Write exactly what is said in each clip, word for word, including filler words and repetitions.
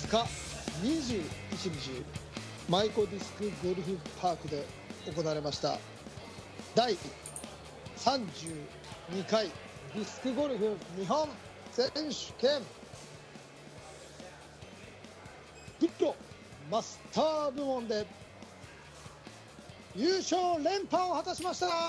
つかにじゅういちにちマイコディスクゴルフパークで行われましただいさんじゅうにかいディスクゴルフ日本選手権プロマスター部門で優勝連覇を果たしました。あ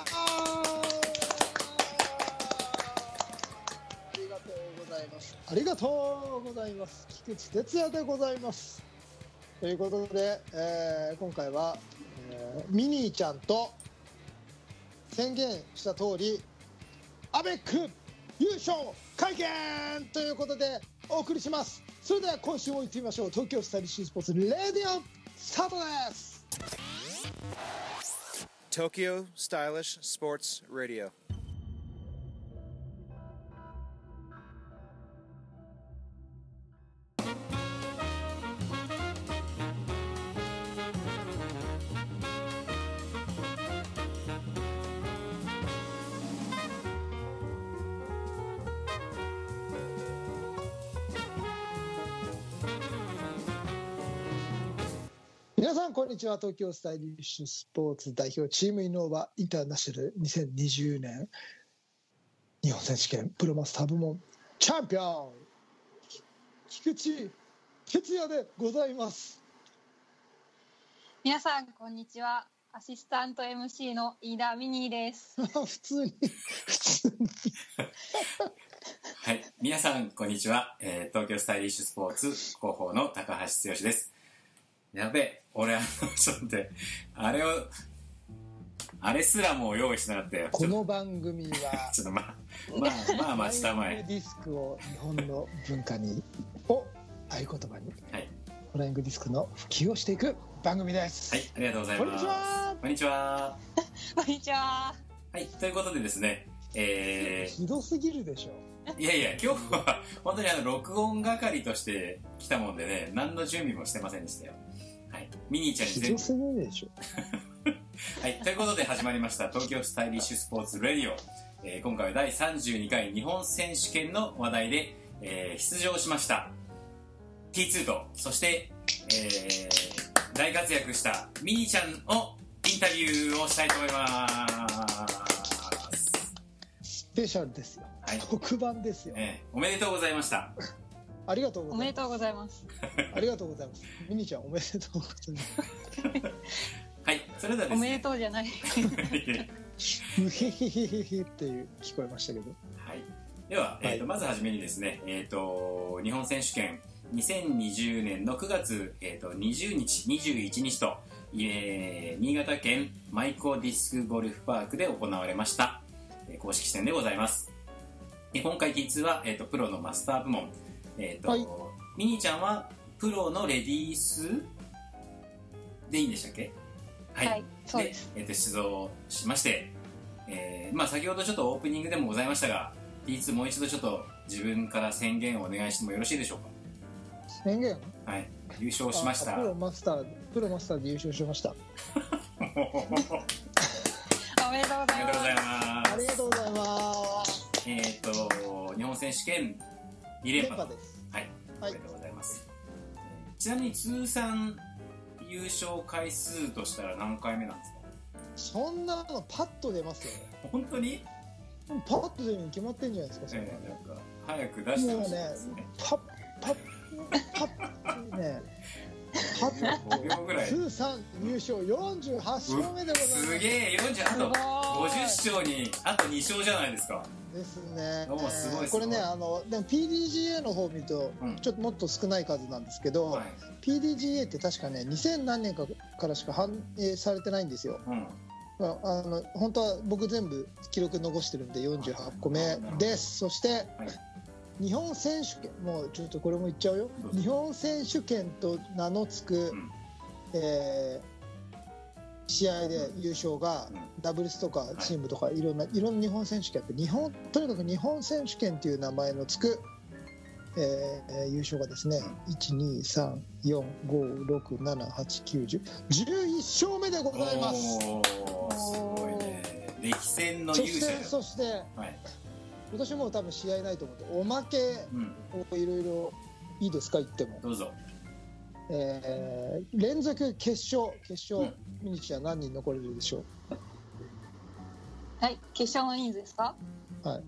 りがとうございます。ありがとうございます。菊池哲也でございます。ということで、えー、今回は、えー、ミニーちゃんと宣言した通りアベック優勝会見ということでお送りします。それでは今週も行ってみましょう。東京スタイリッシュスポーツレディオスタートです。 Tokyo Stylish Sports Radio。 皆さんこんにちは。東京スタイリッシュスポーツ代表チームイノーバインターナショナルにせんにじゅうねん日本選手権プロマスター部門チャンピオン菊池哲也でございます。 皆さんこんにちは。アシスタント エムシー の飯田ミニーです。 普通に普通にはい、皆さんこんにちは、えー、東京スタイリッシュスポーツ広報の高橋剛です。やべえ、俺あのちょっと待って、あれをあれすらもう用意してなかったよ。 この番組はちょっとまあまあまあ待ちたまえ。 フライングディスクを日本の文化にを合言葉に、はい、フライングディスクの普及をしていく番組です。 はい、ありがとうございます。 こんにちは。 こんにちは。 こんにちは。 はい、ということでですね、えー、 ひどすぎるでしょ。 いやいや、今日は本当にあの録音係として来たもんでね、何の準備もしてませんでしたよ。はい、ミニーちゃんにひどすぎるでしょ。 はい、ということで始まりました東京スタイリッシュスポーツレディオ、えー、今回はだいさんじゅうにかい日本選手権の話題で、えー、出場しました ティーツー と、そして、えー、大活躍したミニーちゃんをインタビューをしたいと思います。 スペシャルですよ、はい、特番ですよ、 えー、おめでとうございました。 ありがとうございます。 おめでとうございます。 ありがとうございます。ミニちゃんおめでとうございます。 はい、それではですね。 おめでとうじゃない。 ムヘヘヘヘヘっていう聞こえましたけど。 はい。では、えーとはい、まずはじめにですね、えっ、ー、と日本選手権にせんにじゅうねんのくがつ、えー、とにじゅうにち、にじゅういちにちと、えー、新潟県マイコディスクゴルフパークで行われました、えー、公式戦でございます。で今回 ティーツー は、えー、とプロのマスター部門。えーとはい、ミニーちゃんはプロのレディースでいいんでしたっけ？はい、はい、そうです。で、えーと、出場しまして、えーまあ、先ほどちょっとオープニングでもございましたが ティーツー もう一度ちょっと自分から宣言をお願いしてもよろしいでしょうか？ 宣言？ はい、優勝しました。 プロマスタープロマスターで優勝しました。 おめでとうございます。 ありがとうございます。 ありがとうございます。 えっ、ー、と日本選手権に連覇です。はい、 はい、 ありがとうございます。ちなみに通算優勝回数としたら何回目なんですか？ そんなのパッと出ますよね。 本当に？ パッと出るに決まってんじゃないですか。それはね、 えー、なんか早く出してほしいですね。 もうね、パッパッパッね。 ごびょうぐらい通算優勝よんじゅうはちしょうめでございます。 すげえ、よんじゅうあとごじゅっしょうにあとにしょうじゃないですか。 ですね。 おすごいすごい。 これね、あのでも ピーディージーエー の方を見ると、うん、ちょっともっと少ない数なんですけど、はい、ピーディージーエー って確かねにせん何年かからしか反映されてないんですよ、うん、あの本当は僕全部記録残してるんでよんじゅうはちこめです。そして、はい、日本選手権、もうちょっとこれも言っちゃうよ。日本選手権と名の付く、うん、えー試合で優勝がダブルスとかチームとかいろんな、いろんな日本選手権あって、日本とにかく日本選手権という名前のつく、えー、優勝がですね いちにさんよんごろくななはちきゅうじゅうじゅういっしょうめでございます。 おー、すごいね。歴戦の優勝。 そして、はい、今年も多分試合ないと思っておまけをいろいろいいですか言っても。 どうぞ。 えー、連続決勝決勝、うん、ミニチュア何人残れるでしょう？ はい、決勝の人数ですか？ はい、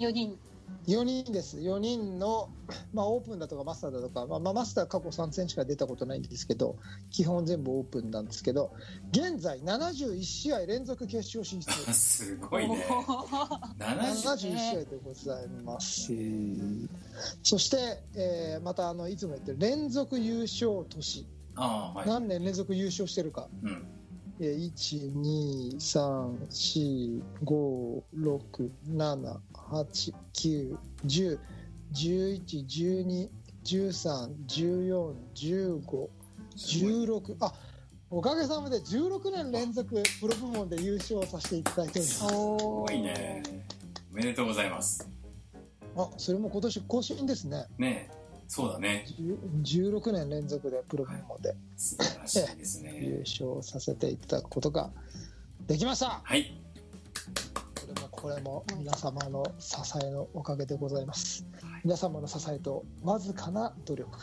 よにん。 よにんです。よにんの、まあ、オープンだとかマスターだとか、まあ、まあマスター過去さん戦しか出たことないんですけど、基本全部オープンなんですけど、現在ななじゅういち試合連続決勝進出。 すごいね。 ななじゅういち試合でございます。そして、えー、またあのいつも言ってる連続優勝都市、 あ、はい、 何年連続優勝してるか、うん、いち、に、さん、よん、ご、ろく、なな、はち、きゅう、じゅう、じゅういち、じゅうに、じゅうさん、じゅうよん、じゅうご、じゅうろく、あ、おかげさまでじゅうろくねん連続プロ部門で優勝させていただいております。すごいね。おめでとうございます。 あ、それも今年更新ですね。 ねえ、そうだね。 じゅうろくねん連続でプロ部門で、はい、 素晴らしいですね。 優勝させていただくことができました。 はい。 これもこれも皆様の支えのおかげでございます。はい、皆様の支えとわずかな努力。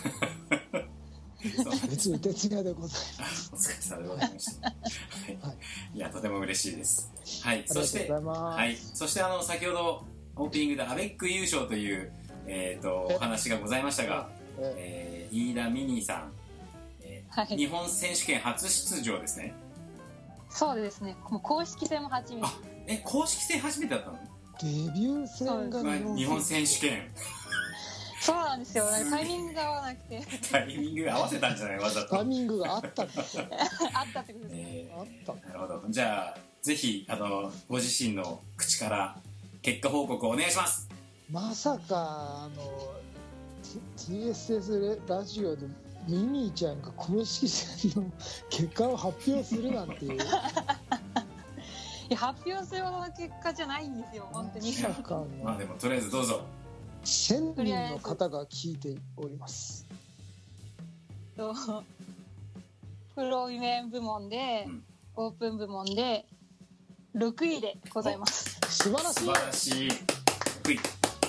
別に徹夜でございます。 お疲れ様でございました。はい。いや、とても嬉しいです。はい。そして、はい。そしてあの先ほどオープニングでアベック優勝というえっとお話がございましたが、えー、飯田ミニーさん、えーはい、日本選手権初出場ですね。 そうですね。公式戦も初めて。 あ、え、公式戦初めてだったの？ デビュー戦が日本選手権。 そうなんですよ。タイミングが合わなくて。 タイミング合わせたんじゃない？わざと。 タイミングがあったんですよ。 あったってことですね。 えー、あった。 なるほど。じゃあぜひあのご自身の口から結果報告をお願いします。 まさかあの ティーエスエス ラジオでミニーちゃんが公式戦の結果を発表するなんていう。いや、発表するほどの結果じゃないんですよ、本当に。 まさかの。 まあでもとりあえずどうぞ。 せんにんの方が聞いております。 とプロウィメン部門で、うん、オープン部門でろくいでございます。 素晴らしい。 素晴らしい。ろくい。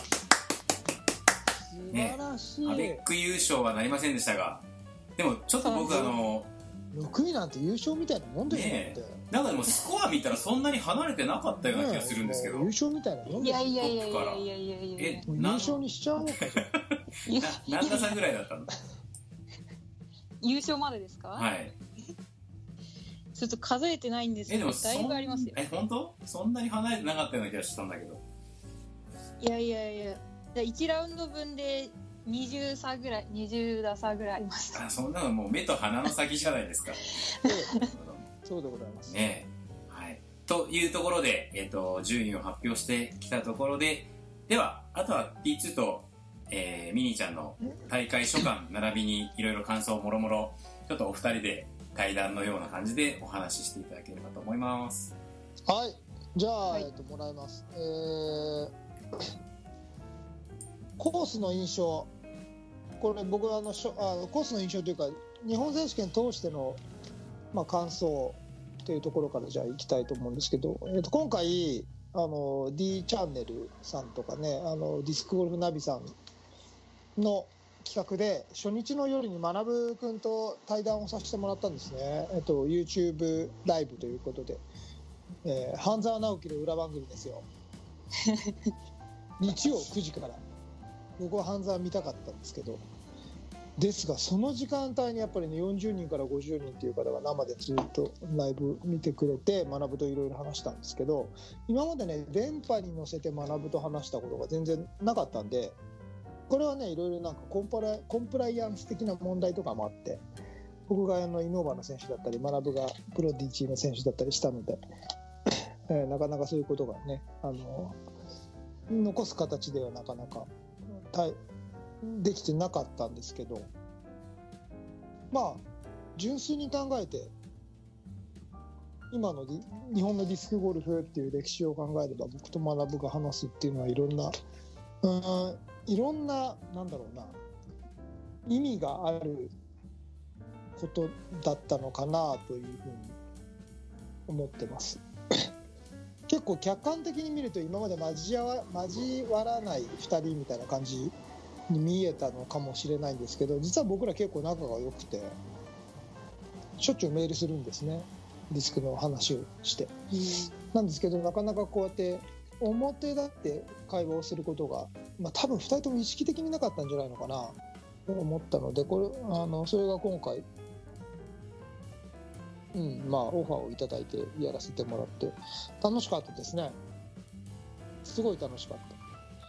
素晴らしい。 ね、アベック優勝はなりませんでしたが、でもちょっと僕あのろくいなんて優勝みたいなもんですよね。なんかでもスコア見たらそんなに離れてなかったような気がするんですけど、 ね、優勝みたいなもんですよ。 いやいやいやいやいやいやいやえ、優勝にしちゃおうかじゃあ。何打差ぐらいだったの？ 優勝までですか？ はい。 ちょっと数えてないんですけど、だいぶありますよ。 え、本当？そんなに離れてなかったような気がしたんだけど。 いやいやいや、いちラウンド分でにじゅう差ぐらい、にじゅう打差ぐらいあります。 あ、そんなのもう目と鼻の先じゃないですか。 そうでございます。 ねえ、はい。というところで、えっと、順位を発表してきたところで、では、あとは ティーツー と、えー、ミニーちゃんの大会初巻並びにいろいろ感想もろもろ、ちょっとお二人で対談のような感じでお話ししていただければと思います。 はい。じゃあ、 はい、 えっと、もらいます。えー、コースの印象。これ僕はあのしょあコースの印象というか日本選手権通しての、まあ、感想というところからじゃあいきたいと思うんですけど、えー、と今回あの D チャンネルさんとかね、あのディスクゴルフナビさんの企画で初日の夜に学君と対談をさせてもらったんですね。えっと YouTube ライブということで、えー、半沢直樹の裏番組ですよ。日曜くじから僕は半沢見たかったんですけど、ですがその時間帯にやっぱりねよんじゅうにんからごじゅうにんっていう方が生でずっとライブ見てくれて学といろいろ話したんですけど、今までね電波に乗せて学と話したことが全然なかったんで、これはねいろいろなんかコンプライ、コンプライアンス的な問題とかもあって、僕があのイノーバの選手だったり学がプロディーチーの選手だったりしたので、えー、なかなかそういうことがねあの残す形ではなかなかできてなかったんですけど、まあ純粋に考えて今の日本のディスクゴルフっていう歴史を考えれば、僕と学が話すっていうのはいろんなうんいろんななんだろうな意味があることだったのかなというふうに思ってます。結構客観的に見ると今まで交わ、交わらないふたりみたいな感じに見えたのかもしれないんですけど、実は僕ら結構仲が良くてしょっちゅうメールするんですね、ディスクの話をして、うん、なんですけどなかなかこうやって表立って会話をすることが、まあ、多分ふたりとも意識的になかったんじゃないのかなと思ったので、これあのそれが今回、うんまあ、オファーをいただいてやらせてもらって楽しかったですね。すごい楽しかった。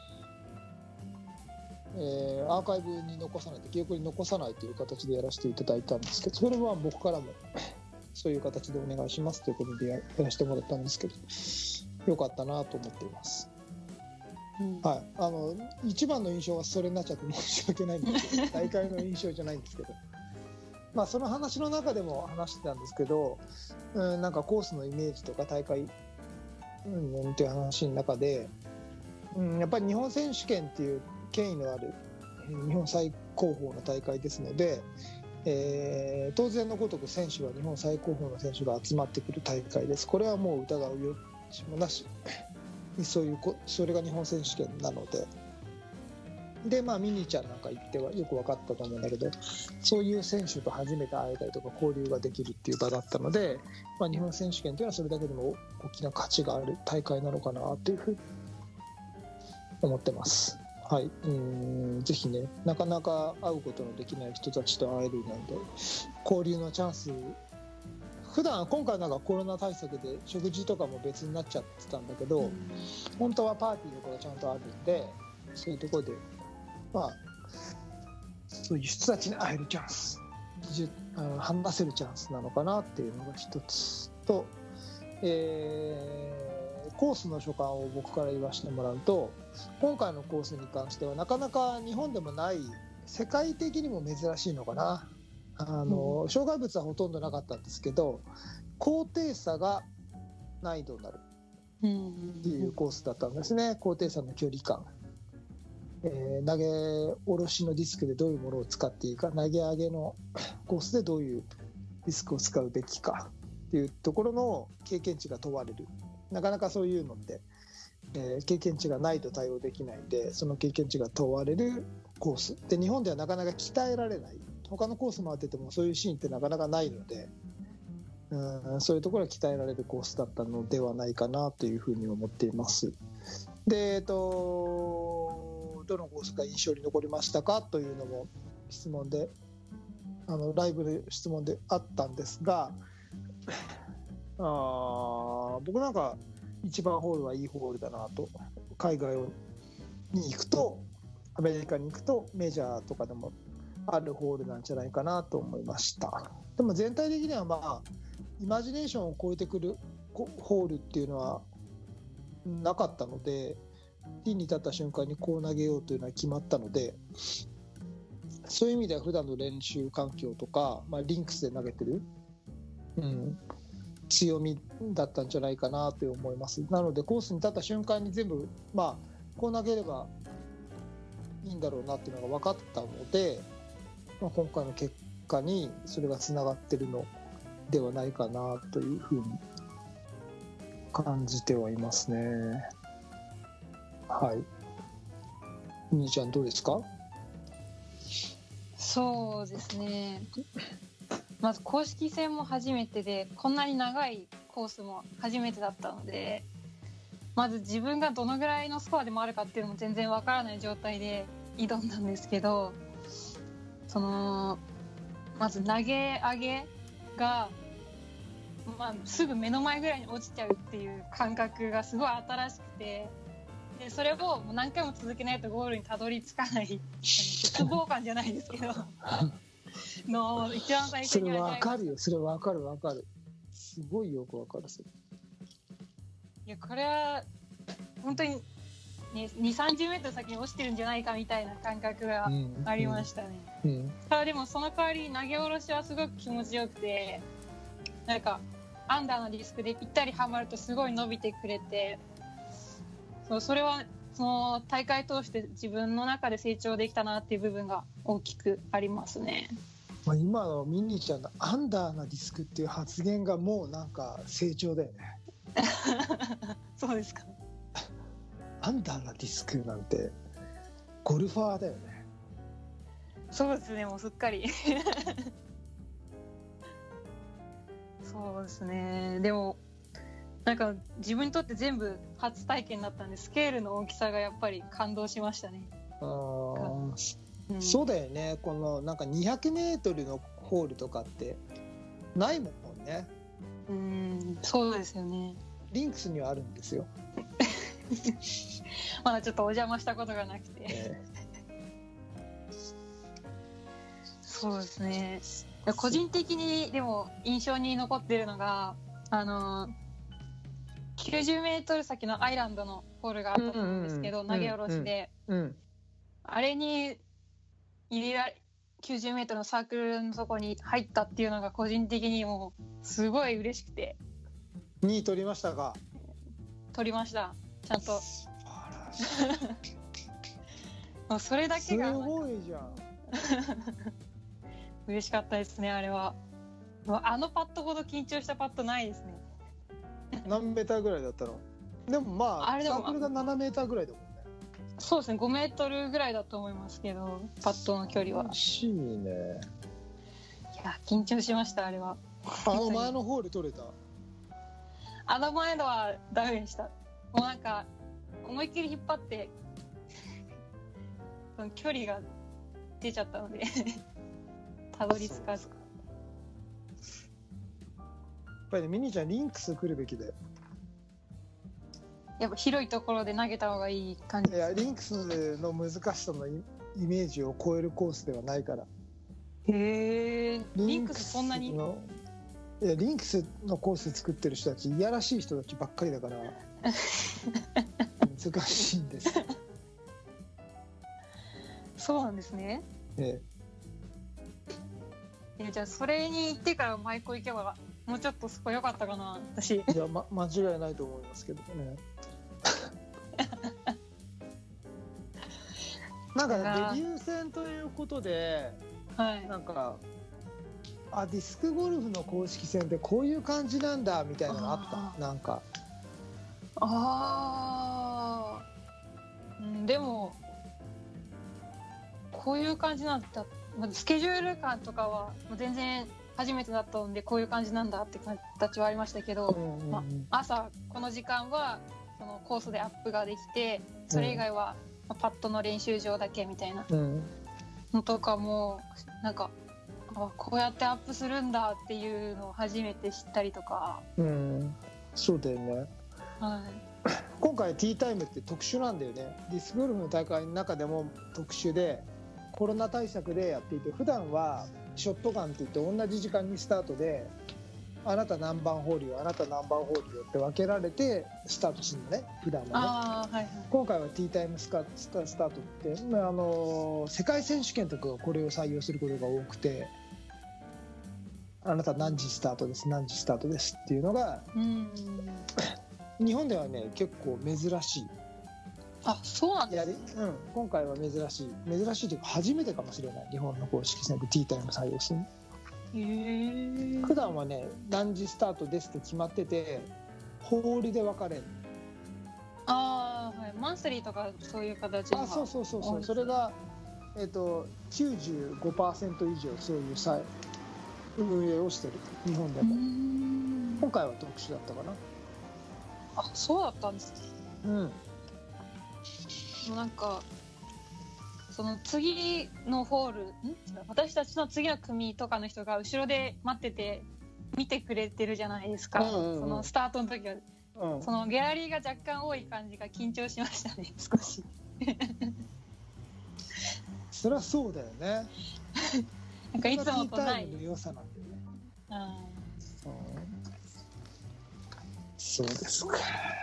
えー、アーカイブに残さないと記憶に残さないという形でやらせていただいたんですけど、それは僕からもそういう形でお願いしますということで や, やらせてもらったんですけど、よかったなと思っています、うんはい、あの一番の印象はそれになっちゃって申し訳ないんですけど大会の印象じゃないんですけどまあその話の中でも話してたんですけど、うん、なんかコースのイメージとか大会、うん、っていう話の中で、うん、やっぱり日本選手権っていう権威のある日本最高峰の大会ですので、えー、当然のごとく選手は日本最高峰の選手が集まってくる大会です。これはもう疑う余地もなしそういうそれが日本選手権なので、でまあミニちゃんなんか行ってはよく分かったと思うんだけど、そういう選手と初めて会えたりとか交流ができるっていう場だったので、まあ、日本選手権というのはそれだけでも大きな価値がある大会なのかなというふうに思ってます。はい、うん、ぜひね、なかなか会うことのできない人たちと会えるので交流のチャンス、普段今回なんかコロナ対策で食事とかも別になっちゃってたんだけど、うん、本当はパーティーとかがちゃんとあるんで、そういうところでまあそういう人たちに会えるチャンス、話せるチャンスなのかなっていうのが一つと、えー、コースの所感を僕から言わせてもらうと、今回のコースに関してはなかなか日本でもない、世界的にも珍しいのかな、あの、うん、障害物はほとんどなかったんですけど高低差が難易度になるっていうコースだったんですね。高低差の距離感、えー、投げ下ろしのディスクでどういうものを使っていいか、投げ上げのコースでどういうディスクを使うべきかっていうところの経験値が問われる。なかなかそういうのって、えー、経験値がないと対応できないんで、その経験値が問われるコースで、日本ではなかなか鍛えられない、他のコース回っててもそういうシーンってなかなかないので、うん、そういうところが鍛えられるコースだったのではないかなというふうに思っています。で、えっと、どのコースが印象に残りましたかというのも質問で、あのライブで質問であったんですが、あ僕なんかいちばんホールはいいホールだなと、海外に行くと、アメリカに行くとメジャーとかでもあるホールなんじゃないかなと思いました。でも全体的にはまあイマジネーションを超えてくるホールっていうのはなかったので、ピンに立った瞬間にこう投げようというのは決まったので、そういう意味では普段の練習環境とか、まあ、リンクスで投げてる、うん、強みだったんじゃないかなと思います。なのでコースに立った瞬間に全部、まあ、こう投げればいいんだろうなっていうのが分かったので、まあ、今回の結果にそれがつながってるのではないかなというふうに感じてはいますね。はい。みにちゃんどうですか？ そうですね。まず公式戦も初めてで、こんなに長いコースも初めてだったので、まず自分がどのぐらいのスコアで回るかっていうのも全然わからない状態で挑んだんですけど、そのまず投げ上げが、まあ、すぐ目の前ぐらいに落ちちゃうっていう感覚がすごい新しくて、でそれをもう何回も続けないとゴールにたどり着かない絶望感じゃないですけどの一番最初にそれ分かるよ、それ分かる分かる、すごいよく分かる。それいやこれは本当に、ね、にじゅう、さんじゅうメートル先に落ちてるんじゃないかみたいな感覚がありましたね、うんうんうん、ただでもその代わり投げ下ろしはすごく気持ちよくて、なんかアンダーのディスクでぴったりはまるとすごい伸びてくれて、そうそれはその大会通して自分の中で成長できたなっていう部分が大きくありますね。 まあ、今のミニちゃんのアンダーなディスクっていう発言がもうなんか成長だよねそうですか。 アンダーなディスクなんてゴルファーだよねそうですね、もうすっかりそうですね。でもなんか自分にとって全部初体験だったんで、スケールの大きさがやっぱり感動しましたね。 あ、うん、 そうだよね。このなんかにひゃくメートルのホールとかってないもんね。 うん、そうですよね。 リンクスにはあるんですよまだちょっとお邪魔したことがなくて、えー、そうですね。個人的にでも印象に残ってるのが、あのきゅうじゅうメートル先のアイランドのホールがあったと思うんですけど、うんうん、投げ下ろしで、うんうん、あれに入れられきゅうじゅうメートルのサークルのとこに入ったっていうのが個人的にもすごい嬉しくて。 にい取りましたか？ 取りました、ちゃんと。素晴らしいもうそれだけがすごいじゃん嬉しかったですね、あれは。もうあのパットほど緊張したパットないですね。 何メーターぐらいだったの？でもまあ、あれでもサークルがななメーターぐらいだもんね。 そうですね、ごメートルぐらいだと思いますけど、パットの距離は。 嬉しいね。 いや、緊張しました、あれは。 あの前のホール取れた？ あの前のはダメでした。もうなんか思いっきり引っ張ってその距離が出ちゃったのでたどり着かず。 やっぱり、ね、ミニちゃんリンクス来るべきだよ。 やっぱ広いところで投げた方がいい感じです。 いや、リンクスの難しさのイメージを超えるコースではないから。 へえ。リンクスそんなに？ いや、リンクスのコース作ってる人たちいやらしい人たちばっかりだから難しいんです。 そうなんですね。 ええ。いや、じゃあそれに行ってから舞妓行けばもうちょっとそこ良かったかな、私。 いや、ま、間違いないと思いますけどねなんかデビュー戦ということで、はい、なんかあ、ディスクゴルフの公式戦ってこういう感じなんだみたいなのあった？なんかああ、うん、でもこういう感じなんだ。スケジュール感とかは全然初めてだったので、こういう感じなんだって形はありましたけど、うんうん、まあ、朝この時間はそのコースでアップができて、それ以外はパットの練習場だけみたいなのとかも、なんかあ、こうやってアップするんだっていうのを初めて知ったりとか。 うん、そうだよね、 はい、 今回ティータイムって特殊なんだよね。ディスクゴルフの大会の中でも特殊で、コロナ対策でやっていて、普段はショットガンっていって同じ時間にスタートで、あなた何番ホールよ、あなた何番ホールよって分けられてスタートするのね、普段はね。 あ、はいはい、 今回はティータイムスカスタートって、あの世界選手権とかこれを採用することが多くて、あなた何時スタートです、何時スタートですっていうのが、うん、日本ではね結構珍しい。 あ、そうなんですね。 うん、今回は珍しい珍しいというか初めてかもしれない、日本の公式戦でティータイム採用する。 へー。 普段はね何時スタートですって決まってて、ホールで分かれる。 ああ、はい、マンスリーとかそういう形の。 あ、そうそうそうそう、それが、えーと、きゅうじゅうごパーセント 以上そういう際運営をしてる、日本でも。今回は特殊だったかな。 あ、そうだったんですね。 うん。 なんかその次のホール、ん私たちの次の組とかの人が後ろで待ってて見てくれてるじゃないですか、うんうんうん、そのスタートの時は、うん、そのギャラリーが若干多い感じが緊張しましたね、少しそりゃそうだよねなんかいつもとないティータイムの良さなんだよね。 あ、 そう、そうですか。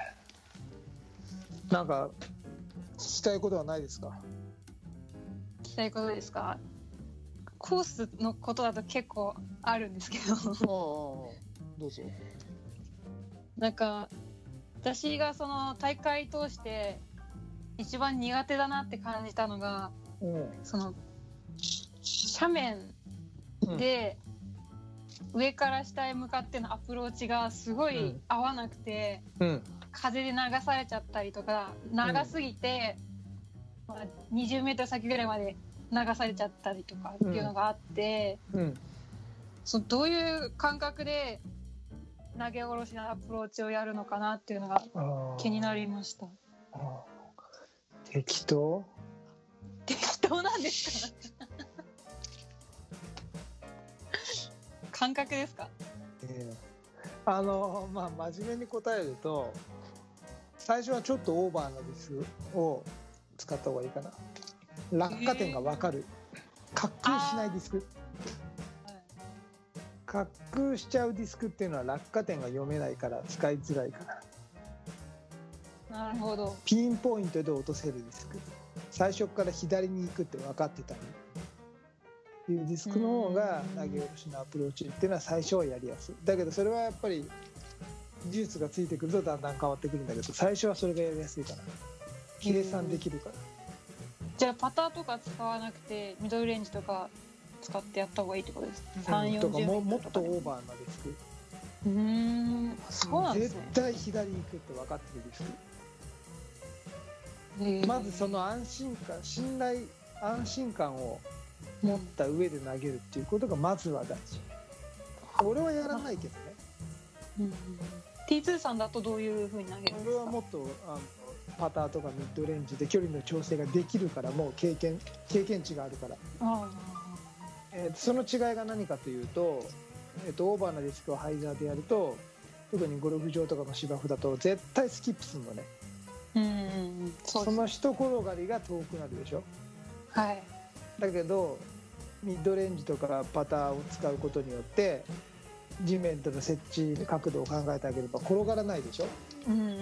なんか聞きたいことはないですか？ 聞きたいことですか？コースのことだと結構あるんですけどどうぞ。 なんか私がその大会通して一番苦手だなって感じたのが、うん、その斜面で上から下へ向かってのアプローチがすごい合わなくて、うん、風で流されちゃったりとか、長すぎて、うん、まあ、にじゅうメートル先ぐらいまで流されちゃったりとかっていうのがあって、うんうん、そのどういう感覚で投げ下ろしのアプローチをやるのかなっていうのが気になりました。 ああ、適当適当なんですか感覚ですか？ えー、あのまあ真面目に答えると、最初はちょっとオーバーなディスクを使った方がいいかな。落下点が分かる、滑空しないディスク、滑空しちゃうディスクっていうのは落下点が読めないから使いづらいから。 なるほど。 ピンポイントで落とせるディスク、最初から左に行くって分かってたりいうディスクの方が投げ下ろしのアプローチっていうのは最初はやりやすい。だけどそれはやっぱり技術がついてくるとだんだん変わってくるんだけど、最初はそれがやりやすいかな。計算できるから。 じゃあパターとか使わなくてミドルレンジとか使ってやった方がいいってことですか？さんじゅう、よんじゅうとかももっとオーバーなディスク。 うーん、そうなんですね。 絶対左行くって分かってるディスク。まずその安心感、信頼安心感を持った上で投げるっていうことがまずは大事。俺はやらないけどね。 うん、ティーツー さんだとどういう風に投げるんですか？ 俺はもっとあのパターとかミッドレンジで距離の調整ができるから、もう経験経験値があるから。あ、えー、その違いが何かというと、えー、とオーバーなディスクをハイザーでやると、特にゴルフ場とかの芝生だと絶対スキップするのね。うんうん、そう、その一転がりが遠くなるでしょ。はい。だけどミッドレンジとかパターを使うことによって地面との接地角度を考えてあげれば転がらないでしょ。うんうんうん、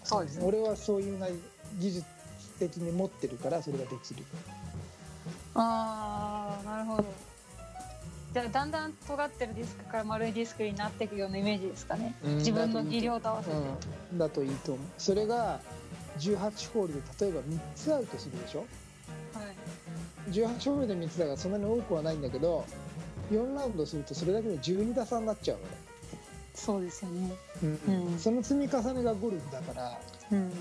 そうですね。俺はそういうな技術的に持ってるからそれができる。 ああ、なるほど。じゃあだんだん尖ってるディスクから丸いディスクになっていくようなイメージですかね。うん、自分の技量と合わせて。 うん、だといいと思う。それがじゅうはちホールで例えばみっつアウトするでしょ。はい。じゅうはちホールでみっつだからそんなに多くはないんだけど、よんラウンドするとそれだけでじゅうに打差になっちゃうのね。 そうですよね。 うんうん、その積み重ねがゴルフだから、うんうんうん、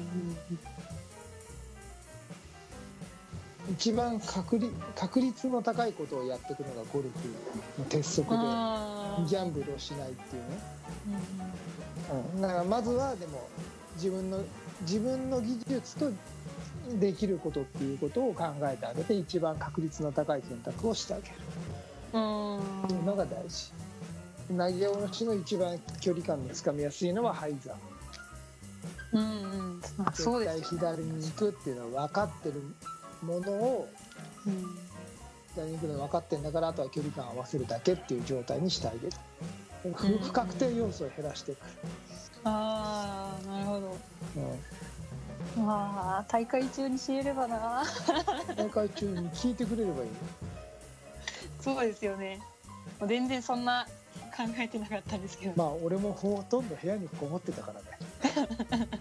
一番確率、確率の高いことをやっていくのがゴルフの鉄則で、ギャンブルをしないっていうね。うんうん、だからまずはでも自分の自分の技術とできることっていうことを考えてあげて、一番確率の高い選択をしてあげるっていうのが大事。投げ下ろしの一番距離感のつかみやすいのはハイザー。うんうん、絶対左に行くっていうのは分かってるものを、うん、左に行くの分かってるんだから、あとは距離感を合わせるだけっていう状態にしてあげる。不確定要素を減らしていく。 ああ、なるほど。うん、まあ大会中に知れればな。 大会中に聞いてくれればいい。 そうですよね。全然そんな考えてなかったんですけど。 まあ俺もほとんど部屋にこもってたからね。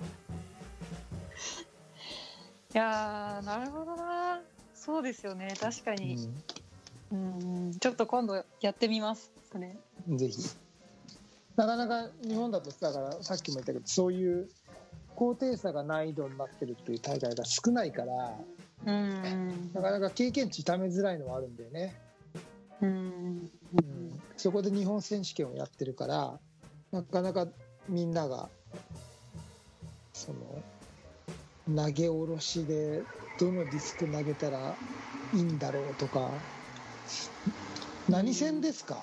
いやー、なるほどな。そうですよね、確かに。うん、うん、ちょっと今度やってみますね。 ぜひ。なかなか日本だとだからさっきも言ったけど、そういう高低差が難易度になってるっていう大会が少ないから、うん、なかなか経験値ためづらいのはあるんだよね。うんうん、そこで日本選手権をやってるから、なかなかみんながその投げ下ろしでどのディスク投げたらいいんだろうとか。何戦ですか？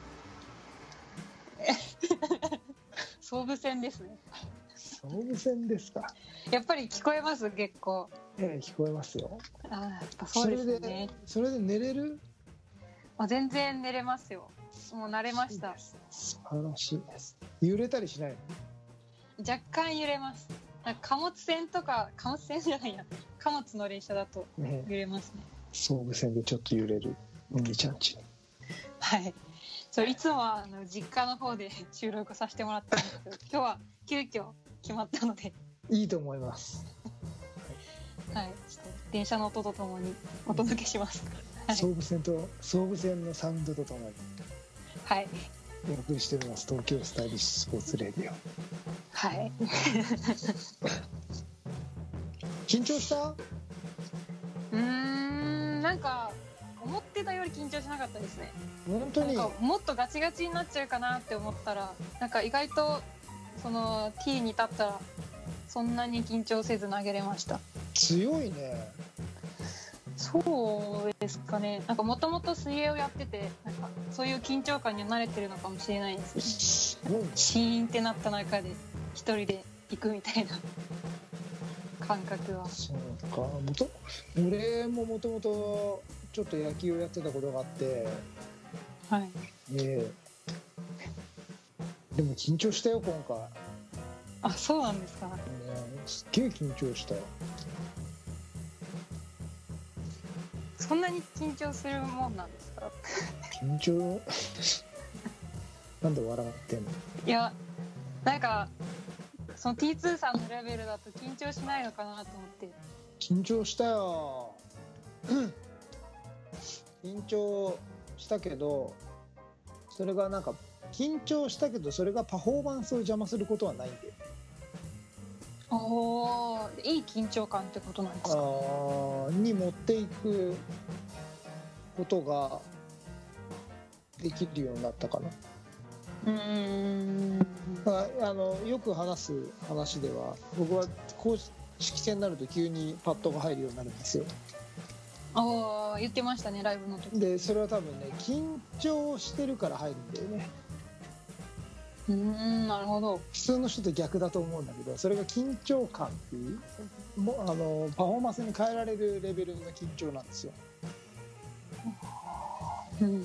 総武戦ですね。 総武戦ですか。 やっぱり聞こえます？結構。 ええ、聞こえますよ。 あ、やっぱそうですね。 それで、それで寝れる？ あ、全然寝れますよ。もう慣れました。 素晴らしいです。揺れたりしないの？若干揺れます。なんか貨物船とか、貨物船じゃないや、貨物の列車だと揺れますね。 総武線でちょっと揺れるお兄ちゃんち。 はい。そう、いつもはあの実家の方で収録させてもらったんですけど、今日は急遽決まったので。 いいと思います。 はい。ちょっと電車の音とともにお届けします。 はい、総武線と総武線のサウンドとともに。 はい。 お送りしております。東京スタイリッシュスポーツレディオ。 はい。 緊張した？ うーん、なんなんか思ってたより緊張しなかったですね。 本当になんかもっとガチガチになっちゃうかなって思ったら、なんか意外とその T に立ったらそんなに緊張せず投げれました。 強いね。 そうですかね。なんかもともと水泳をやってて、なんかそういう緊張感には慣れてるのかもしれないですね。シーンってなった中で一人で行くみたいな感覚は。 そうか。もと俺ももともとちょっと野球をやってたことがあって、 はい。 えー、でも緊張したよ今回。 あ、そうなんですか。ね、 すっげえ緊張した。 そんなに緊張するもんなんですか？ 緊張なんで笑ってんの？ いや、なんかその ティーツー さんのレベルだと緊張しないのかなと思って。 緊張したよ緊張したけど、それがなんか緊張したけどそれがパフォーマンスを邪魔することはないんで。 おー、いい緊張感ってことなんですか？ あに持っていくことができるようになったかな。 うーん。 ああのよく話す話では、僕は公式戦になると急にパッドが入るようになるんですよ。 ああ、言ってましたね、ライブの時。 でそれは多分ね、緊張してるから入るんだよね。 うーん、なるほど。 普通の人と逆だと思うんだけど、それが緊張感っていうもあのパフォーマンスに変えられるレベルの緊張なんですよ。 うんうんうん、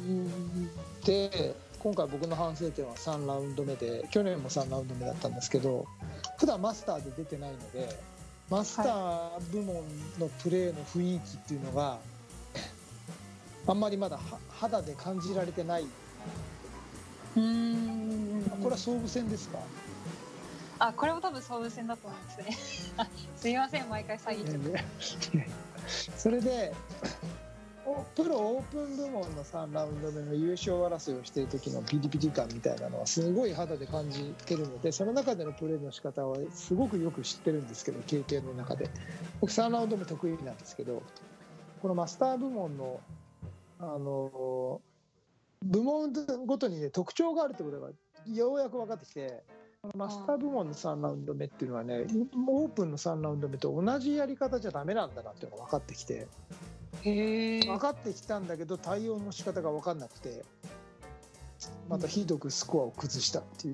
で今回僕の反省点はさんラウンド目で、去年もさんラウンド目だったんですけど、普段マスターで出てないので、マスター部門のプレーの雰囲気っていうのがあんまりまだ肌で感じられてない。 うーん、 これは総武戦ですか？ あ、これも多分総武戦だと思うんですねすいません、毎回詐欺ちゃってそれでプロオープン部門のさんラウンド目の優勝争いをしている時のピリピリ感みたいなのはすごい肌で感じてるので、その中でのプレーの仕方はすごくよく知ってるんですけど、経験の中で僕さんラウンド目得意なんですけど、このマスター部門のあの部門ごとに、ね、特徴があるってことがようやく分かってきて、このマスター部門のさんラウンド目っていうのはね、オープンのさんラウンド目と同じやり方じゃダメなんだなっていうのが分かってきて、 へ分かってきたんだけど対応の仕方が分かんなくて、またひどくスコアを崩したっていう。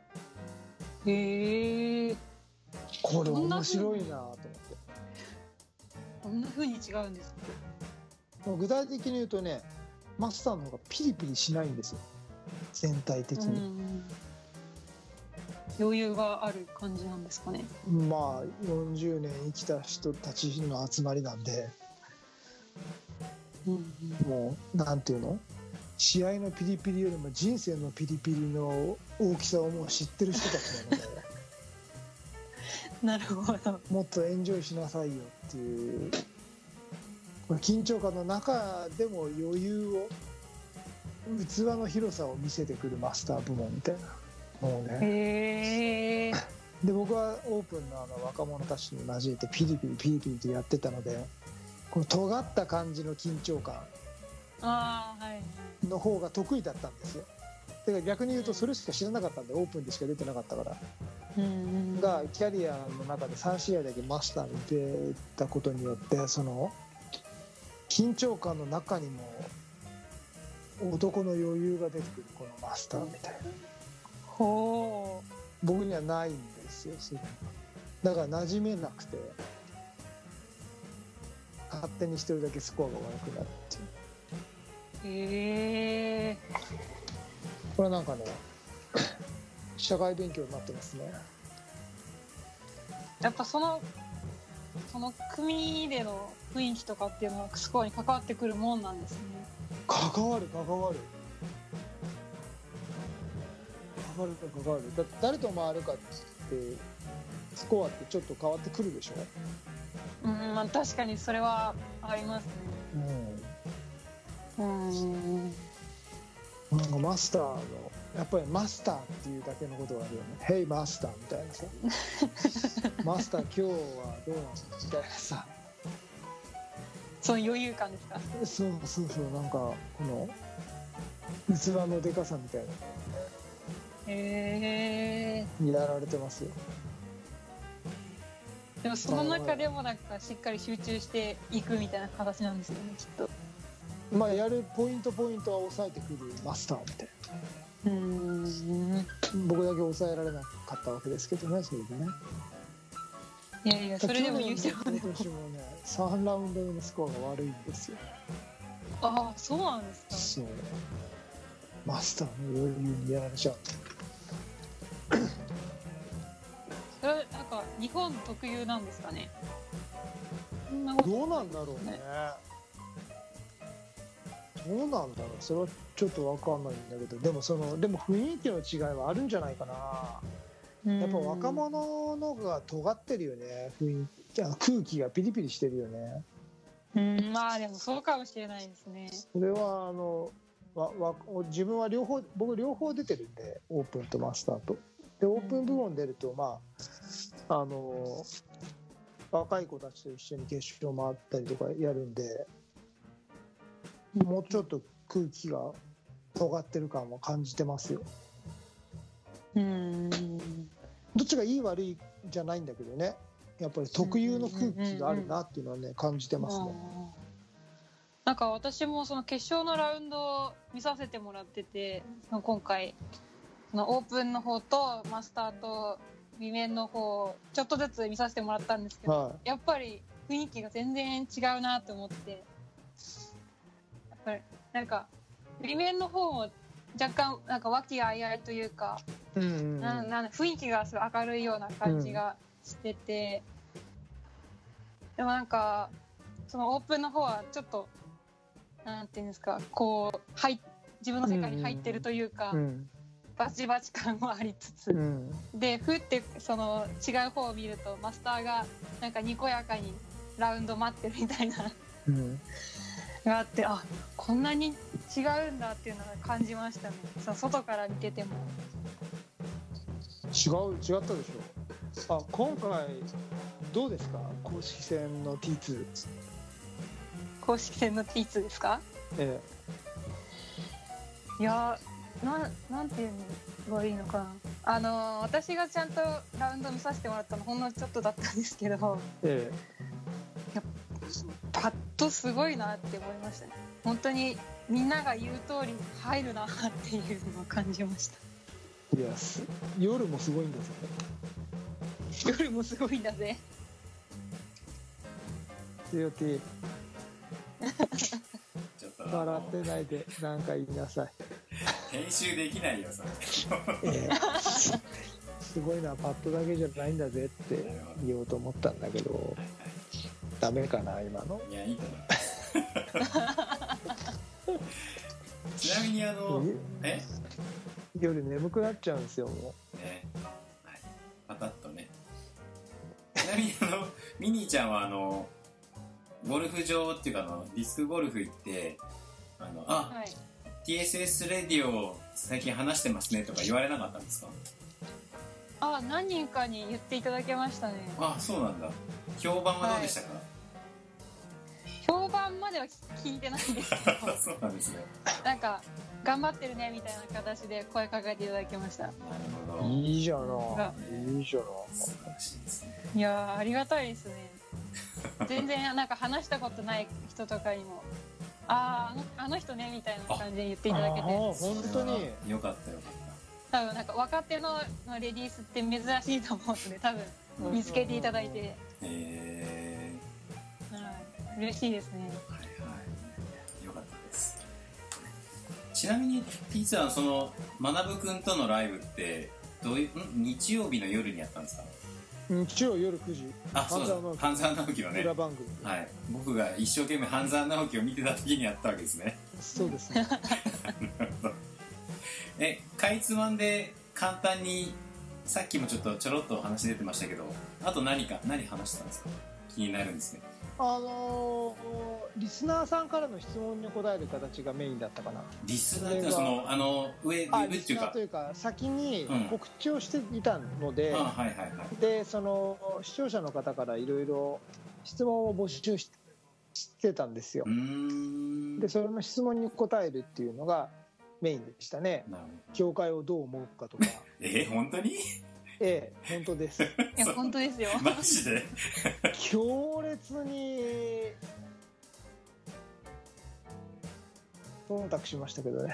へえ。 これ面白いなと思って。 どんな風に違うんですか？ 具体的に言うとね、マスターの方がピリピリしないんですよ、全体的に。うん、 余裕がある感じなんですかね。 まあよんじゅうねん生きた人たちの集まりなんで、うん、もうなんていうの、試合のピリピリよりも人生のピリピリの大きさをもう知ってる人たちなのでなるほど。 もっとエンジョイしなさいよっていう、これ緊張感の中でも余裕を、器の広さを見せてくるマスター部門みたいなもうね。 へー。 で僕はオープンのあの若者たちに交えてピリピリピリピリとやってたので、この尖った感じの緊張感の方が得意だったんですよ。だから逆に言うとそれしか知らなかったんで、オープンでしか出てなかったから、うん、がキャリアの中でさん試合だけマスターに出たことによって、その緊張感の中にも男の余裕が出てくるこのマスターみたいな、ほう、僕にはないんですよ。だから馴染めなくて勝手にしてるだけスコアが悪くなるっていう。へえ。これはなんかね、社会勉強になってますね。 やっぱそのその組での雰囲気とかっていうのはスコアに関わってくるもんなんですね。 関わる関わる関わる関わる。だ誰と回るかってスコアってちょっと変わってくるでしょ。 うん、まあ確かにそれはありますね。うん。うん。 なんかマスターのやっぱりマスターっていうだけのことがあるよね。ヘイマスターみたいなさマスター今日はどうなのみたいなさ、 その余裕感ですか？ そうそうそう、なんかこの器のでかさみたいな。 へえ。 やられてますよ。 でもその中でもなんかしっかり集中していくみたいな形なんですよね、きっと。 まあやるポイントポイントは抑えてくるマスターみたいな。 うーん。 僕だけ抑えられなかったわけですけどね、それでね。 いやいや、それでも優勝今年もね、さんラウンド目のスコアが悪いんですよ。 ああ、そうなんですか。 そう。マスターの余裕にやられちゃう。 それはなんか日本特有なんですかね。そんなことどうなんだろうね。どうなんだろう。それはちょっとわかんないんだけど、でもそのでも雰囲気の違いはあるんじゃないかな。やっぱ若者のが尖ってるよね。雰囲気、空気がピリピリしてるよね。 うん、まあでもそうかもしれないですね。 それはあのわわ自分は両方僕両方出てるんで、オープンとマスターと。でオープン部門出ると、まああの若い子たちと一緒に決勝回ったりとかやるんで、もうちょっと空気が尖ってる感は感じてますよ。 うん。 どっちがいい悪いじゃないんだけどね、やっぱり特有の空気があるなっていうのはね感じてますね。 なんか私もその決勝のラウンドを見させてもらってて、その今回そのオープンの方とマスターとビメンの方ちょっとずつ見させてもらったんですけど、はい、やっぱり雰囲気が全然違うなと思って、やっぱりなんかビメンの方も若干なんか和気あいあいというか、うんうんうん、なな雰囲気がすごい明るいような感じがしてて、うん、でもなんかそのオープンの方はちょっとなんていうんですか、こう入自分の世界に入ってるというか、うんうん、バチバチ感もありつつ、うん、でふってその違う方を見るとマスターがなんかにこやかにラウンド待ってるみたいな、うん、があって、あ、こんなに違うんだっていうのを感じましたね。その外から見てても違う違ったでしょ。あ、今回どうですか、公式戦の ティーツー。 公式戦の ティーツー ですか？ ええ、いやな、なんていうのがいいのかな。あの私がちゃんとラウンド見させてもらったのほんのちょっとだったんですけど、ええ、やっぱパッとすごいなって思いましたね。本当にみんなが言う通り入るなっていうのを感じました。 いや、夜もすごいんだぜ。 夜もすごいんだぜ。 強気。ちょっと笑ってないで何か言いなさい。 編集できないよそれ。 えー、すごいのはパッドだけじゃないんだぜって言おうと思ったんだけど、ダメかな今の。 いや、いいと思います。ちなみにあのえ夜眠くなっちゃうんですよもう。 ね、はい、パタッとね。ちなみにあのミニーちゃんはあのゴルフ場っていうかあのディスクゴルフ行ってあのあ、はい、ティーエスエス レディオ最近話してますねとか言われなかったんですか？ あ、何人かに言っていただけましたね。 あ、そうなんだ。評判はどうでしたか？はい、 評判までは聞いてないんですけどそうなんですね。 なんか頑張ってるねみたいな形で声かけていただきました。なるほど。 いいじゃない。いいじゃない。 素晴らしいですね。 いやありがたいですね。全然なんか話したことない人とかにもああ、あの人ねみたいな感じで言っていただけて、 本当によかったよかった。 多分なんか若手のレディースって珍しいと思うので多分見つけていただいて、へえー、はい、嬉しいですね。はいはい、 よかったです。ちなみにピーツはその学くんとのライブってどういうん日曜日の夜にやったんですか？ 日曜夜くじ。 あ、そうです。半沢直樹のね裏番組、 はい、僕が一生懸命半沢直樹を見てた時にやったわけですね。 そうですね。 え、かいつまんで簡単にさっきもちょっとちょろっと話出てましたけど、あと何か何話してたんですか？気になるんですね。 あのー、リスナーさんからの質問に答える形がメインだったかな。 リスナーってそのあの上上っていうか、リスナーというか先に告知をしていたので、うん、あ、はいはいはい。でその視聴者の方からいろいろ質問を募集してたんですよ。 うーんでそれの質問に答えるっていうのがメインでしたね。協会をどう思うかとか。 えー、本当に？ ええ、本当です。いや本当ですよ。 マジで強烈に忖度しましたけどね。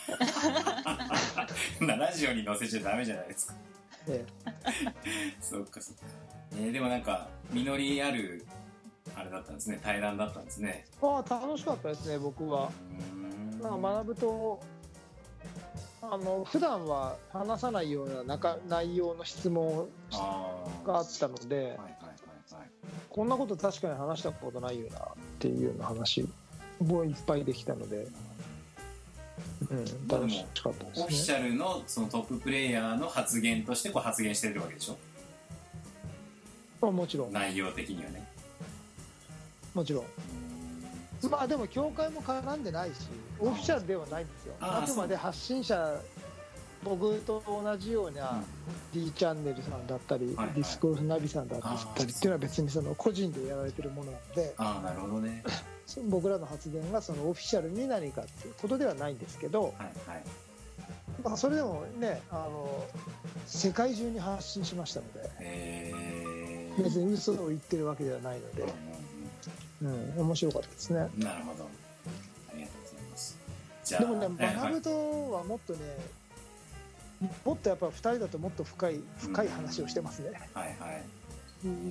ラジオに載せちゃダメじゃないですか。 ええ、 そっかそっか。えー、でもなんか実りあるあれだったんですね。対談だったんですね。 ああ、楽しかったですね、僕は。なんか学ぶと、あの普段は話さないような中内容の質問があったので、はいはいはいはい、こんなこと確かに話したことないよなっていうような話もいっぱいできたので、うん、楽しかったですね。 オフィシャルのそのトッププレイヤーの発言としてこう発言してるわけでしょ？ あ、もちろん。 内容的にはね。 もちろん。まあでも協会も絡んでないし、オフィシャルではないんですよ。あくまで発信者、僕と同じような D チャンネルさんだったり、はいはい、ディスコースナビさんだったりっていうのは別にその個人でやられてるものなので、 あ、なるほどね。 僕らの発言がそのオフィシャルに何かっていうことではないんですけど、はいはい、まあそれでもね、あの世界中に発信しましたので、へー、別に嘘を言ってるわけではないので、うん、面白かったですね。 なるほど、ありがとうございます。じゃあでもね、学ぶとはもっとね、もっとやっぱふたりだともっと深い深い話をしてますね。うん、はいはい。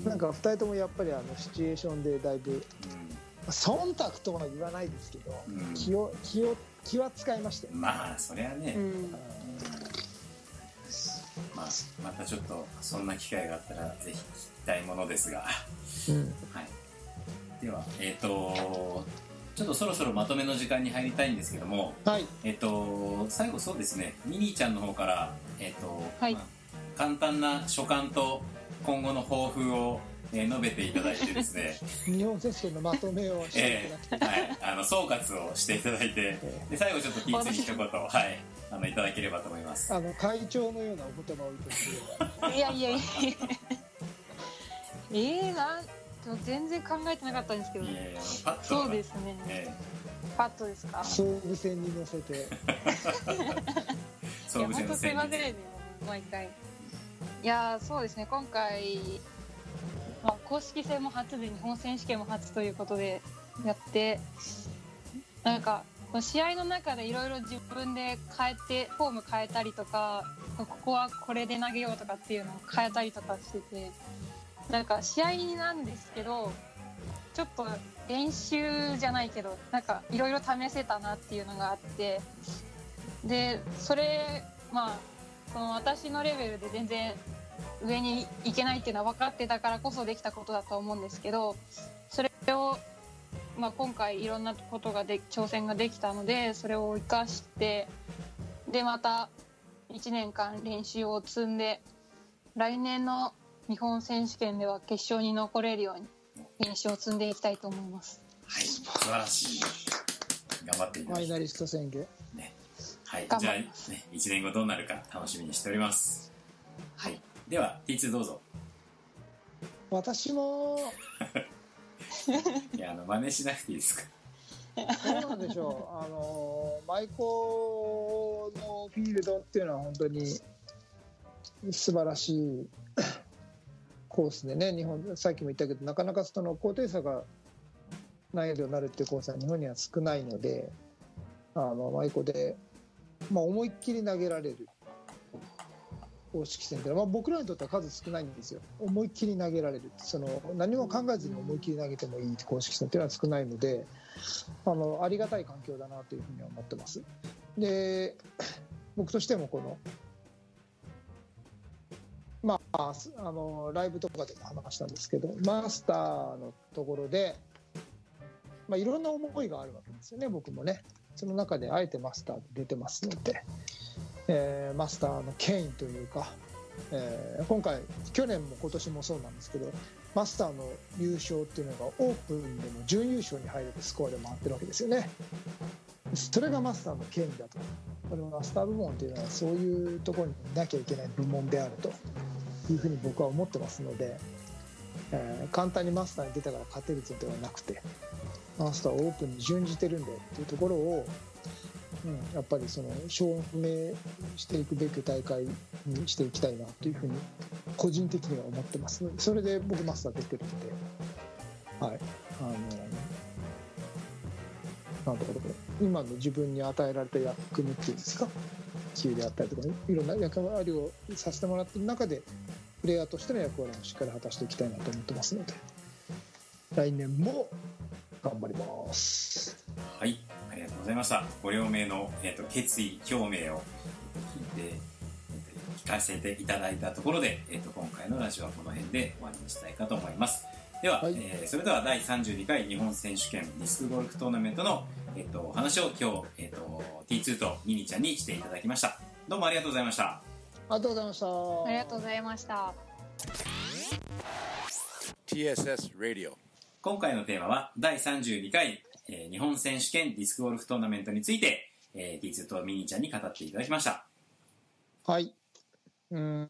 なんかふたりともやっぱりあのシチュエーションでだいぶ、うん、忖度とは言わないですけど、うん、気を気を気は使いましたよ。まあそりゃね、うん、まあまたちょっとそんな機会があったらぜひ聞きたいものですが、うん、はい。では、えーと、ちょっとそろそろまとめの時間に入りたいんですけども、はい、えーと、最後そうですね、ミニーちゃんの方から、えーと、はい、まあ、簡単な所感と今後の抱負を、えー、述べていただいてですね日本選手権のまとめをしていただきたい、 えーはい、あの総括をしていただいて、で最後ちょっとピーツに一言、はい、あのいただければと思います。 あの会長のようなお言葉をいただければ。 いやいやいやえー、なん全然考えてなかったんですけど、いやいやパッとそうですね、えー、パッとですか。 総武線に乗せて総武線の線にいや本当すいませんね、毎回。いやそうですね、今回、まあ、公式戦も初で日本選手権も初ということでやって、なんか試合の中でいろいろ自分で変えてフォーム変えたりとか、ここはこれで投げようとかっていうのを変えたりとかしてて、なんか試合なんですけどちょっと練習じゃないけどなんかいろいろ試せたなっていうのがあって、でそれまあその私のレベルで全然上に行けないっていうのは分かってたからこそできたことだと思うんですけど、それを、まあ、今回いろんなことがで挑戦ができたので、それを生かしてでまたいちねんかん練習を積んで来年の日本選手権では決勝に残れるように練習を積んでいきたいと思います。 はい、素晴らしい。頑張っていただきたい。 ファイナリスト宣言。 ね、はい、じゃあ、ね、いちねんごどうなるか楽しみにしております。はい、では ティーツー どうぞ。 私もいやあの真似しなくていいですか。 どうなんでしょう。あの舞子のフィールドっていうのは本当に素晴らしいコースでね、日本さっきも言ったけどなかなかその高低差が難易度になるっていうコースは日本には少ないので、あの舞子で、まあ、思いっきり投げられる公式戦ってのは、まあ、僕らにとっては数少ないんですよ。思いっきり投げられる、その何も考えずに思いっきり投げてもいい公式戦っていうのは少ないので、あのありがたい環境だなというふうに思ってます。で僕としてもこのまあ、あのライブとかでも話したんですけど、マスターのところで、まあ、いろんな思いがあるわけですよね。僕もねその中であえてマスターで出てますので、えー、マスターの権威というか、えー、今回去年も今年もそうなんですけど、マスターの優勝っていうのがオープンでも準優勝に入れるスコアで回ってるわけですよね。それがマスターの権威だと。このマスター部門っていうのはそういうところにいなきゃいけない部門であるというふうに僕は思ってますので、えー、簡単にマスターに出たから勝てるぞではなくて、 マスターオープンに準じてるんだよっていうところを、うん、やっぱりその証明していくべき大会にしていきたいなというふうに個人的には思ってますので、それで僕マスター出てるので、はい、あのなんとか今の自分に与えられた役目っていうんですか、球であったりとか、ね、いろんな役割をさせてもらっている中でプレイヤーとしての役割もしっかり果たしていきたいなと思ってますので、来年も頑張ります。 はい、ありがとうございました。ご両名の、えーと、決意表明を、えーと、聞いて、えーと、聞かせていただいたところで、えーと、今回のラジオはこの辺で終わりにしたいかと思います。では、はい、えー、それではだいさんじゅうにかい日本選手権ディスクゴルフトーナメントの、えーと、お話を今日、えーと、ティーツー とミニちゃんにしていただきました。どうもありがとうございました。 ありがとうございました。 ありがとうございました。 ティーエスエス Radio。 今回のテーマはだいさんじゅうにかい、えー、日本選手権ディスクゴルフトーナメントについて、えー、ティーツー とミニちゃんに語っていただきました。 はい、うーん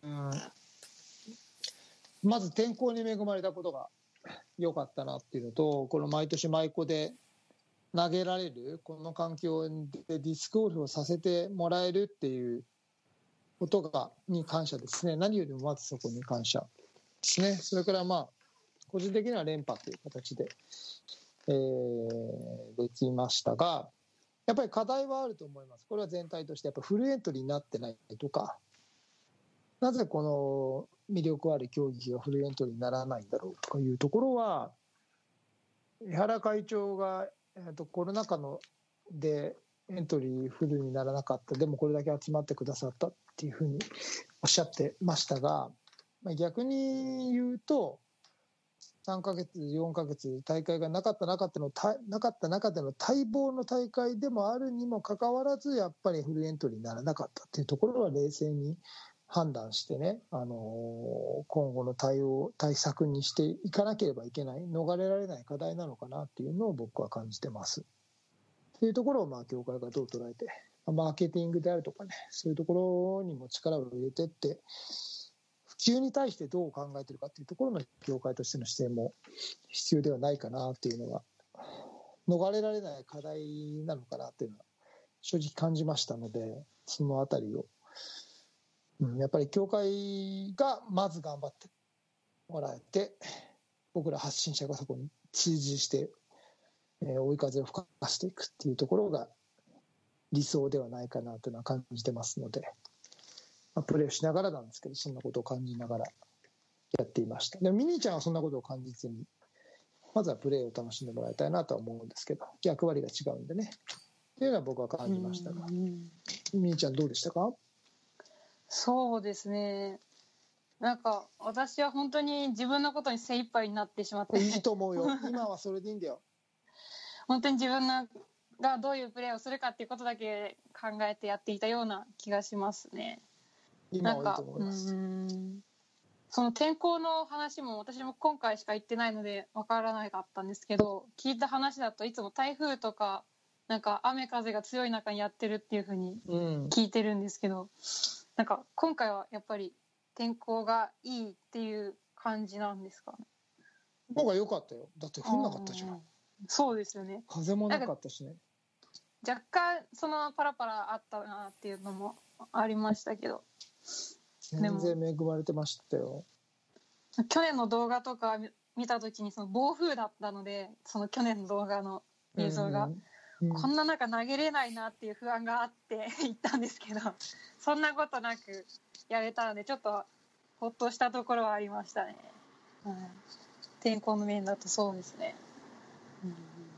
まず天候に恵まれたことが良かったなっていうのと、この毎年毎個で投げられるこの環境でディスクゴルフをさせてもらえるっていうことがに感謝ですね。何よりもまずそこに感謝ですね。それからまあ個人的には連覇という形で、えー、できましたが、やっぱり課題はあると思います。これは全体としてやっぱフルエントリーになってないとか、なぜこの魅力ある競技がフルエントリーにならないんだろうとかいうところは、江原会長が、えー、とコロナ禍のでエントリーフルにならなかった、でもこれだけ集まってくださったっていうふうにおっしゃってましたが、まあ、逆に言うとさんかげつよんかげつ大会がなかった中でのなかった中での待望の大会でもあるにもかかわらず、やっぱりフルエントリーにならなかったっていうところは冷静に判断してね、あのー、今後の対応対策にしていかなければいけない、逃れられない課題なのかなっていうのを僕は感じてます。っていうところをまあ協会がどう捉えて、マーケティングであるとかね、そういうところにも力を入れてって、普及に対してどう考えているかっていうところの協会としての視点も必要ではないかなっていうのは、逃れられない課題なのかなっていうのは正直感じましたので、そのあたりを、うん、やっぱり協会がまず頑張ってもらえて、僕ら発信者がそこに追随して、えー、追い風を吹かしていくっていうところが理想ではないかなというのは感じてますので、まあ、プレーしながらなんですけど、そんなことを感じながらやっていました。でもミニーちゃんはそんなことを感じずに、まずはプレーを楽しんでもらいたいなとは思うんですけど、役割が違うんでねっていうのは僕は感じましたが、ミニーちゃんどうでしたか？ そうですね、なんか私は本当に自分のことに精一杯になってしまって、 いいと思うよ、今はそれでいいんだよ本当に自分のがどういうプレーをするかっていうことだけ考えてやっていたような気がしますね。 今はいいと思います。 なんか、うーん、その天候の話も私も今回しか行ってないのでわからなかったんですけど、聞いた話だといつも台風とかなんか雨風が強い中にやってるっていう風に聞いてるんですけど、うん、なんか今回はやっぱり天候がいいっていう感じなんですかね。 僕は良かったよ。だって降んなかったじゃん。 そうですよね。 風もなかったしね。 若干そのパラパラあったなっていうのもありましたけど、 全然恵まれてましたよ。 去年の動画とか見た時にその暴風だったので、その去年の動画の映像が、うんうん、こんな中投げれないなっていう不安があって行ったんですけど、そんなことなくやれたのでちょっとほっとしたところはありましたね、うん、天候の面だとそうですね、うん、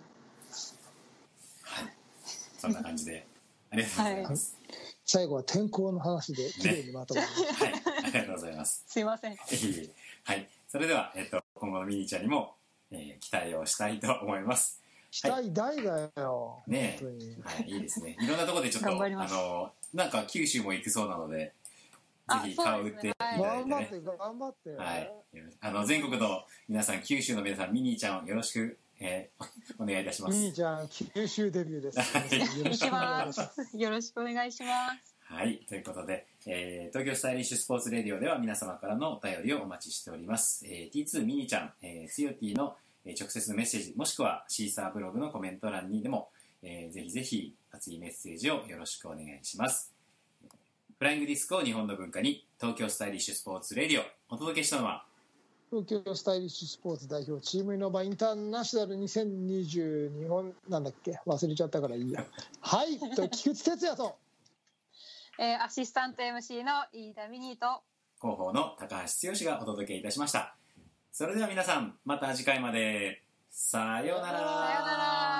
はい、そんな感じでありがとうございます、 はい、最後は天候の話で綺麗にまとめます、 ね、はい、ありがとうございますすいませんはい、それでは、えっと、今後のミニちゃんにも、えー、期待をしたいと思います。 期待大だよ、 はい、ねえ、はい、いいですね。いろんなところでちょっとあのなんか九州も行くそうなので、ぜひ顔打っていただいて、ね、 頑張って頑張って、 はい、あの全国の皆さん、九州の皆さん、ミニちゃんをよろしく、えー、お願いいたします。 ミニちゃん九州デビューです。 よろしくお願いします。よろしくお願いします。 はい、ということで、えー、東京スタイリッシュスポーツレディオでは皆様からのお便りをお待ちしております。えー、ティーツー ミニちゃん、えー、つよティの、 えー、直接のメッセージもしくはシーサーブログのコメント欄にでも、えー、ぜひぜひ熱いメッセージをよろしくお願いします。フライングディスクを日本の文化に、東京スタイリッシュスポーツレディオ、お届けしたのは東京スタイリッシュスポーツ代表チームイノバインターナショナルにせんにじゅうにほんなんだっけ忘れちゃったからいいやはいと菊池哲也と、 えー、アシスタント エムシー の飯田美希と広報の高橋剛がお届けいたしました。それでは皆さんまた次回まで。さようなら。 さようなら。